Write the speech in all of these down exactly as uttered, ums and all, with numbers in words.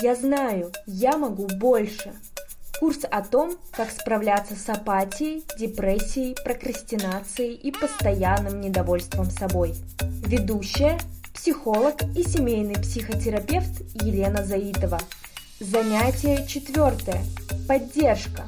Я знаю, я могу больше. Курс о том, как справляться с апатией, депрессией, прокрастинацией и постоянным недовольством собой. Ведущая, психолог и семейный психотерапевт Елена Заитова. Занятие четвертое. Поддержка.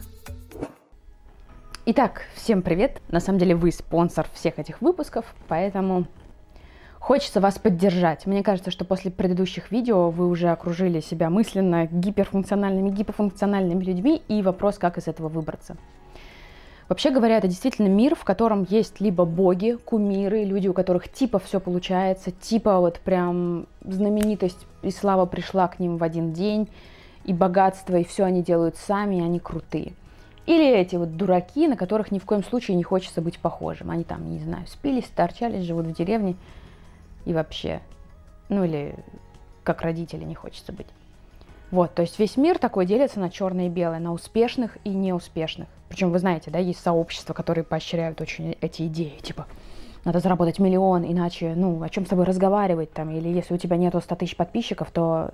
Итак, всем привет! На самом деле вы спонсор всех этих выпусков, поэтому хочется вас поддержать. Мне кажется, что после предыдущих видео вы уже окружили себя мысленно гиперфункциональными, гипофункциональными людьми, и вопрос, как из этого выбраться. Вообще говоря, это действительно мир, в котором есть либо боги, кумиры, люди, у которых типа все получается, типа вот прям знаменитость и слава пришла к ним в один день, и богатство, и все они делают сами, и они крутые. Или эти вот дураки, на которых ни в коем случае не хочется быть похожим. Они там, не знаю, спились, торчались, живут в деревне. И вообще, ну или как родители не хочется быть. Вот, то есть весь мир такой делится на черное и белое, на успешных и неуспешных. Причем вы знаете, да, есть сообщества, которые поощряют очень эти идеи, типа, надо заработать миллион, иначе, ну, о чем с тобой разговаривать там, или если у тебя нету ста тысяч подписчиков, то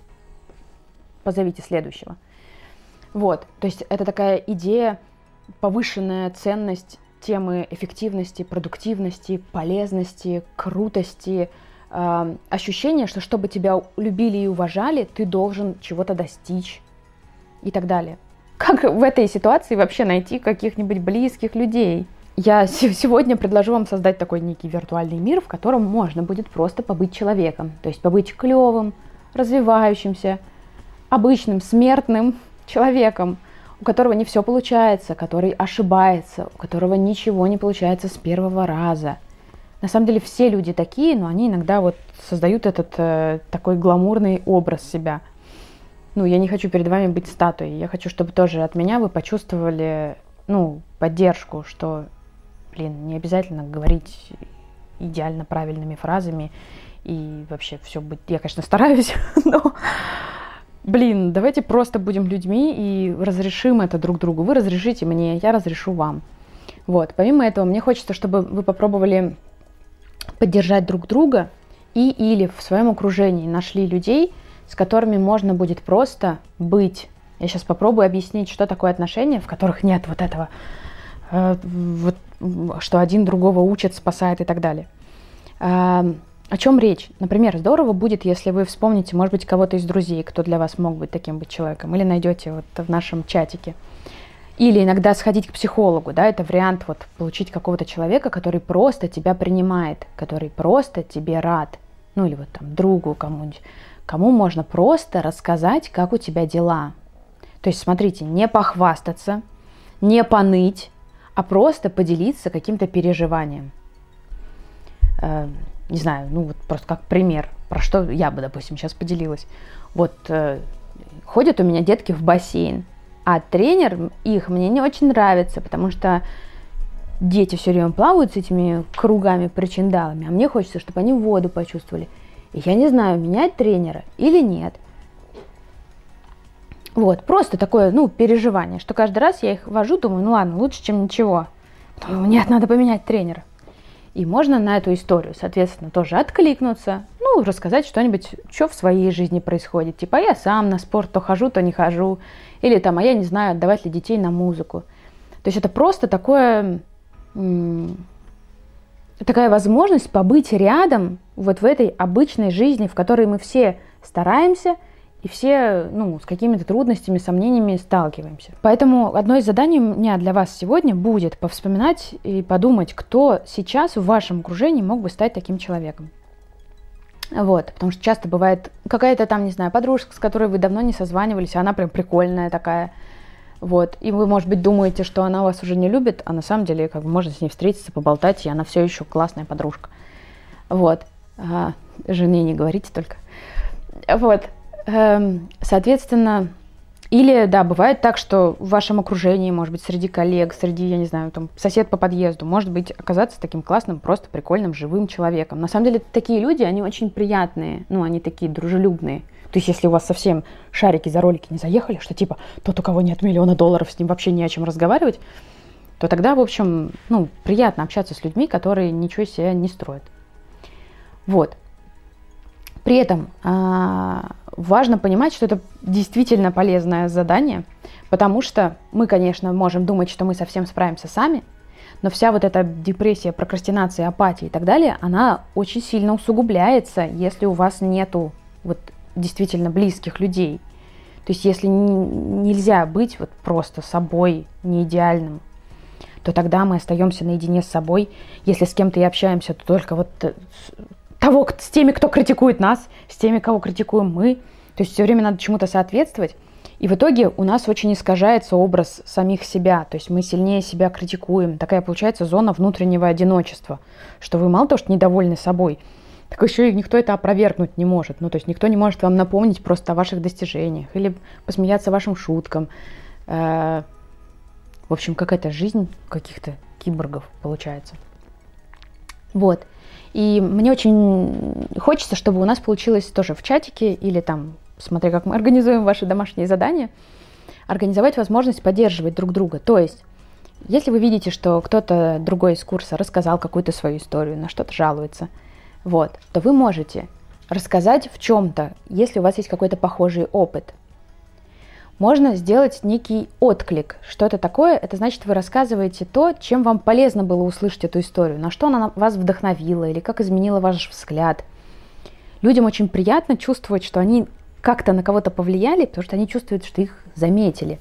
позовите следующего. Вот, то есть это такая идея, повышенная ценность темы эффективности, продуктивности, полезности, крутости, э, ощущение, что чтобы тебя любили и уважали, ты должен чего-то достичь и так далее. Как в этой ситуации вообще найти каких-нибудь близких людей? Я сегодня предложу вам создать такой некий виртуальный мир, в котором можно будет просто побыть человеком, то есть побыть клевым, развивающимся, обычным, смертным человеком, у которого не все получается, который ошибается, у которого ничего не получается с первого раза. На самом деле все люди такие, но они иногда вот создают этот э, такой гламурный образ себя. Ну, я не хочу перед вами быть статуей, я хочу, чтобы тоже от меня вы почувствовали, ну, поддержку, что, блин, не обязательно говорить идеально правильными фразами и вообще все быть. Я, конечно, стараюсь, но блин, давайте просто будем людьми и разрешим это друг другу. Вы разрешите мне, я разрешу вам. Вот. Помимо этого, мне хочется, чтобы вы попробовали поддержать друг друга и или в своем окружении нашли людей, с которыми можно будет просто быть. Я сейчас попробую объяснить, что такое отношения, в которых нет вот этого, э, вот, что один другого учит, спасает и так далее. Э, О чем речь? Например, здорово будет, если вы вспомните, может быть, кого-то из друзей, кто для вас мог быть таким быть человеком, или найдете вот в нашем чатике. Или иногда сходить к психологу, да, это вариант вот получить какого-то человека, который просто тебя принимает, который просто тебе рад, ну или вот там другу кому-нибудь, кому можно просто рассказать, как у тебя дела. То есть, смотрите, не похвастаться, не поныть, а просто поделиться каким-то переживанием. Не знаю, ну вот просто как пример, про что я бы, допустим, сейчас поделилась. Вот э, ходят у меня детки в бассейн, а тренер их мне не очень нравится, потому что дети все время плавают с этими кругами, причиндалами, а мне хочется, чтобы они воду почувствовали. И я не знаю, менять тренера или нет. Вот, просто такое, ну, переживание, что каждый раз я их вожу, думаю, ну ладно, лучше, чем ничего. Потом, нет, надо поменять тренера. И можно на эту историю, соответственно, тоже откликнуться, ну, рассказать что-нибудь, что в своей жизни происходит. Типа, я сам на спорт то хожу, то не хожу. Или там, а я не знаю, отдавать ли детей на музыку. То есть это просто такое, м- такая возможность побыть рядом вот в этой обычной жизни, в которой мы все стараемся, и все, ну, с какими-то трудностями, сомнениями сталкиваемся. Поэтому одно из заданий у меня для вас сегодня будет повспоминать и подумать, кто сейчас в вашем окружении мог бы стать таким человеком. Вот, потому что часто бывает какая-то там, не знаю, подружка, с которой вы давно не созванивались, а она прям прикольная такая. Вот, и вы, может быть, думаете, что она вас уже не любит, а на самом деле, как бы, можно с ней встретиться, поболтать, и она все еще классная подружка. Вот, а, жене не говорите только. Вот. Соответственно, или, да, бывает так, что в вашем окружении, может быть, среди коллег, среди, я не знаю, там, сосед по подъезду, может быть, оказаться таким классным, просто прикольным, живым человеком. На самом деле, такие люди, они очень приятные, ну, они такие дружелюбные. То есть, если у вас совсем шарики за ролики не заехали, что типа тот, у кого нет миллиона долларов, с ним вообще не о чем разговаривать, то тогда, в общем, ну, приятно общаться с людьми, которые ничего из себя не строят. Вот. При этом важно понимать, что это действительно полезное задание, потому что мы, конечно, можем думать, что мы совсем справимся сами, но вся вот эта депрессия, прокрастинация, апатия и так далее, она очень сильно усугубляется, если у вас нету вот действительно близких людей. То есть если нельзя быть вот просто собой, не идеальным, то тогда мы остаемся наедине с собой. Если с кем-то и общаемся, то только вот того, с теми, кто критикует нас, с теми, кого критикуем мы. То есть все время надо чему-то соответствовать. И в итоге у нас очень искажается образ самих себя. То есть мы сильнее себя критикуем. Такая получается зона внутреннего одиночества, что вы мало того, что недовольны собой, так еще и никто это опровергнуть не может. Ну, то есть никто не может вам напомнить просто о ваших достижениях или посмеяться вашим шуткам. В общем, какая-то жизнь каких-то киборгов получается. Вот. И мне очень хочется, чтобы у нас получилось тоже в чатике или там, смотря как мы организуем ваши домашние задания, организовать возможность поддерживать друг друга. То есть, если вы видите, что кто-то другой из курса рассказал какую-то свою историю, на что-то жалуется, вот, то вы можете рассказать в чем-то, если у вас есть какой-то похожий опыт. Можно сделать некий отклик. Что это такое? Это значит, вы рассказываете то, чем вам полезно было услышать эту историю, на что она вас вдохновила или как изменила ваш взгляд. Людям очень приятно чувствовать, что они как-то на кого-то повлияли, потому что они чувствуют, что их заметили.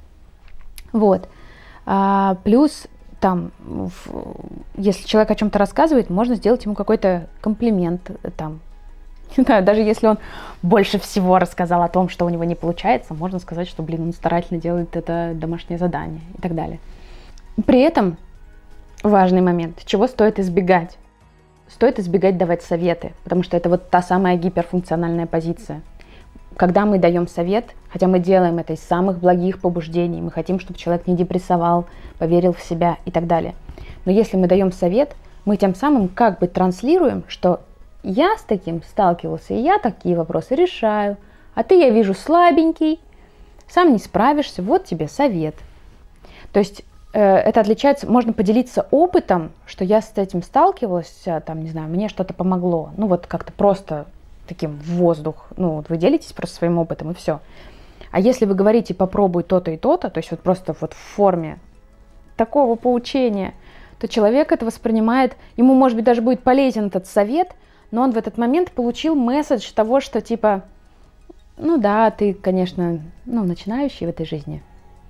Вот. А, плюс там, если человек о чем-то рассказывает, можно сделать ему какой-то комплимент, там, не знаю, даже если он больше всего рассказал о том, что у него не получается, можно сказать, что, блин, он старательно делает это домашнее задание и так далее. При этом важный момент, чего стоит избегать. Стоит избегать давать советы, потому что это вот та самая гиперфункциональная позиция. Когда мы даем совет, хотя мы делаем это из самых благих побуждений, мы хотим, чтобы человек не депрессовал, поверил в себя и так далее. Но если мы даем совет, мы тем самым как бы транслируем, что я с таким сталкивался, и я такие вопросы решаю, а ты, я вижу, слабенький, сам не справишься, вот тебе совет. То есть э, это отличается, можно поделиться опытом, что я с этим сталкивалась, там, не знаю, мне что-то помогло, ну вот как-то просто таким в воздух, ну вот вы делитесь просто своим опытом и все. А если вы говорите попробуй то-то и то-то, то есть вот просто вот в форме такого поучения, то человек это воспринимает, ему может быть даже будет полезен этот совет, но он в этот момент получил месседж того, что типа, ну да, ты, конечно, ну, начинающий в этой жизни.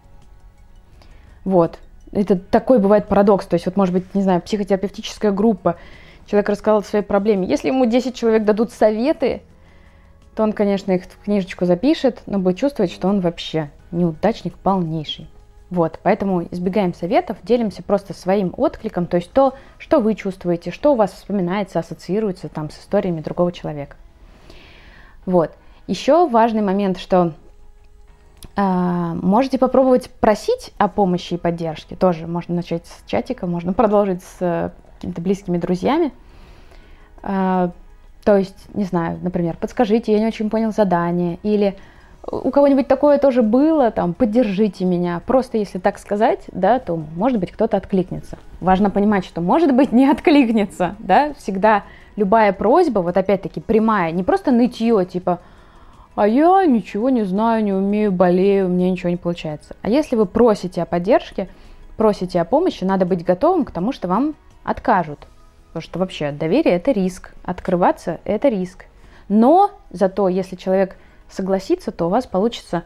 Вот. Это такой бывает парадокс. То есть вот может быть, не знаю, психотерапевтическая группа, человек рассказал о своей проблеме. Если ему десять человек дадут советы, то он, конечно, их в книжечку запишет, но будет чувствовать, что он вообще неудачник полнейший. Вот, поэтому избегаем советов, делимся просто своим откликом, то есть то, что вы чувствуете, что у вас вспоминается, ассоциируется там с историями другого человека. Вот. Еще важный момент, что э, можете попробовать просить о помощи и поддержке. Тоже можно начать с чатика, можно продолжить с э, какими-то близкими друзьями. Э, то есть, не знаю, например, подскажите, я не очень понял задание, или у кого-нибудь такое тоже было, там, поддержите меня. Просто если так сказать, да, то, может быть, кто-то откликнется. Важно понимать, что, может быть, не откликнется, да, всегда любая просьба, вот опять-таки прямая, не просто нытье, типа, а я ничего не знаю, не умею, болею, у меня ничего не получается. А если вы просите о поддержке, просите о помощи, надо быть готовым к тому, что вам откажут. Потому что вообще доверие – это риск, открываться – это риск. Но зато, если человек согласиться, то у вас получится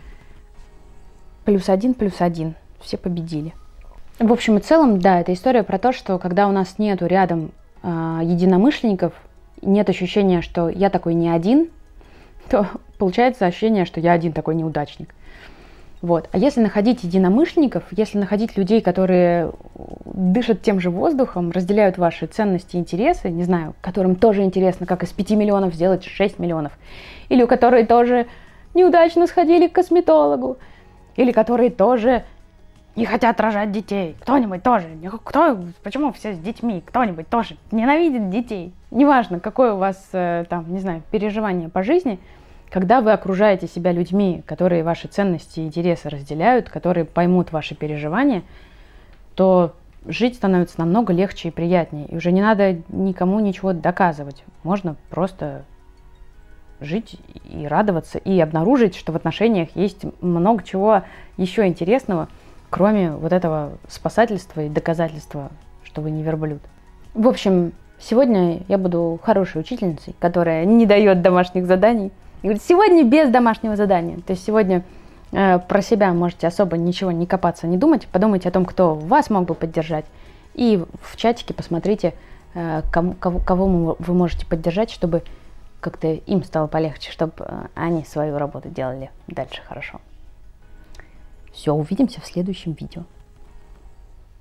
плюс один, плюс один. Все победили. В общем и целом, да, это история про то, что когда у нас нету рядом э, единомышленников, нет ощущения, что я такой не один, то получается ощущение, что я один такой неудачник. Вот. А если находить единомышленников, если находить людей, которые дышат тем же воздухом, разделяют ваши ценности и интересы, не знаю, которым тоже интересно, как из пяти миллионов сделать шесть миллионов, или у которых тоже неудачно сходили к косметологу, или которые тоже не хотят рожать детей, кто-нибудь тоже, кто, почему все с детьми, кто-нибудь тоже ненавидит детей, неважно, какое у вас, там, не знаю, переживание по жизни, когда вы окружаете себя людьми, которые ваши ценности и интересы разделяют, которые поймут ваши переживания, то жить становится намного легче и приятнее. И уже не надо никому ничего доказывать. Можно просто жить и радоваться, и обнаружить, что в отношениях есть много чего еще интересного, кроме вот этого спасательства и доказательства, что вы не верблюд. В общем, сегодня я буду хорошей учительницей, которая не дает домашних заданий. И говорит, сегодня без домашнего задания. То есть сегодня э, про себя можете особо ничего не копаться, не думать. Подумайте о том, кто вас мог бы поддержать. И в чатике посмотрите, э, кому, кого, кого вы можете поддержать, чтобы как-то им стало полегче, чтобы э, они свою работу делали дальше хорошо. Все, увидимся в следующем видео.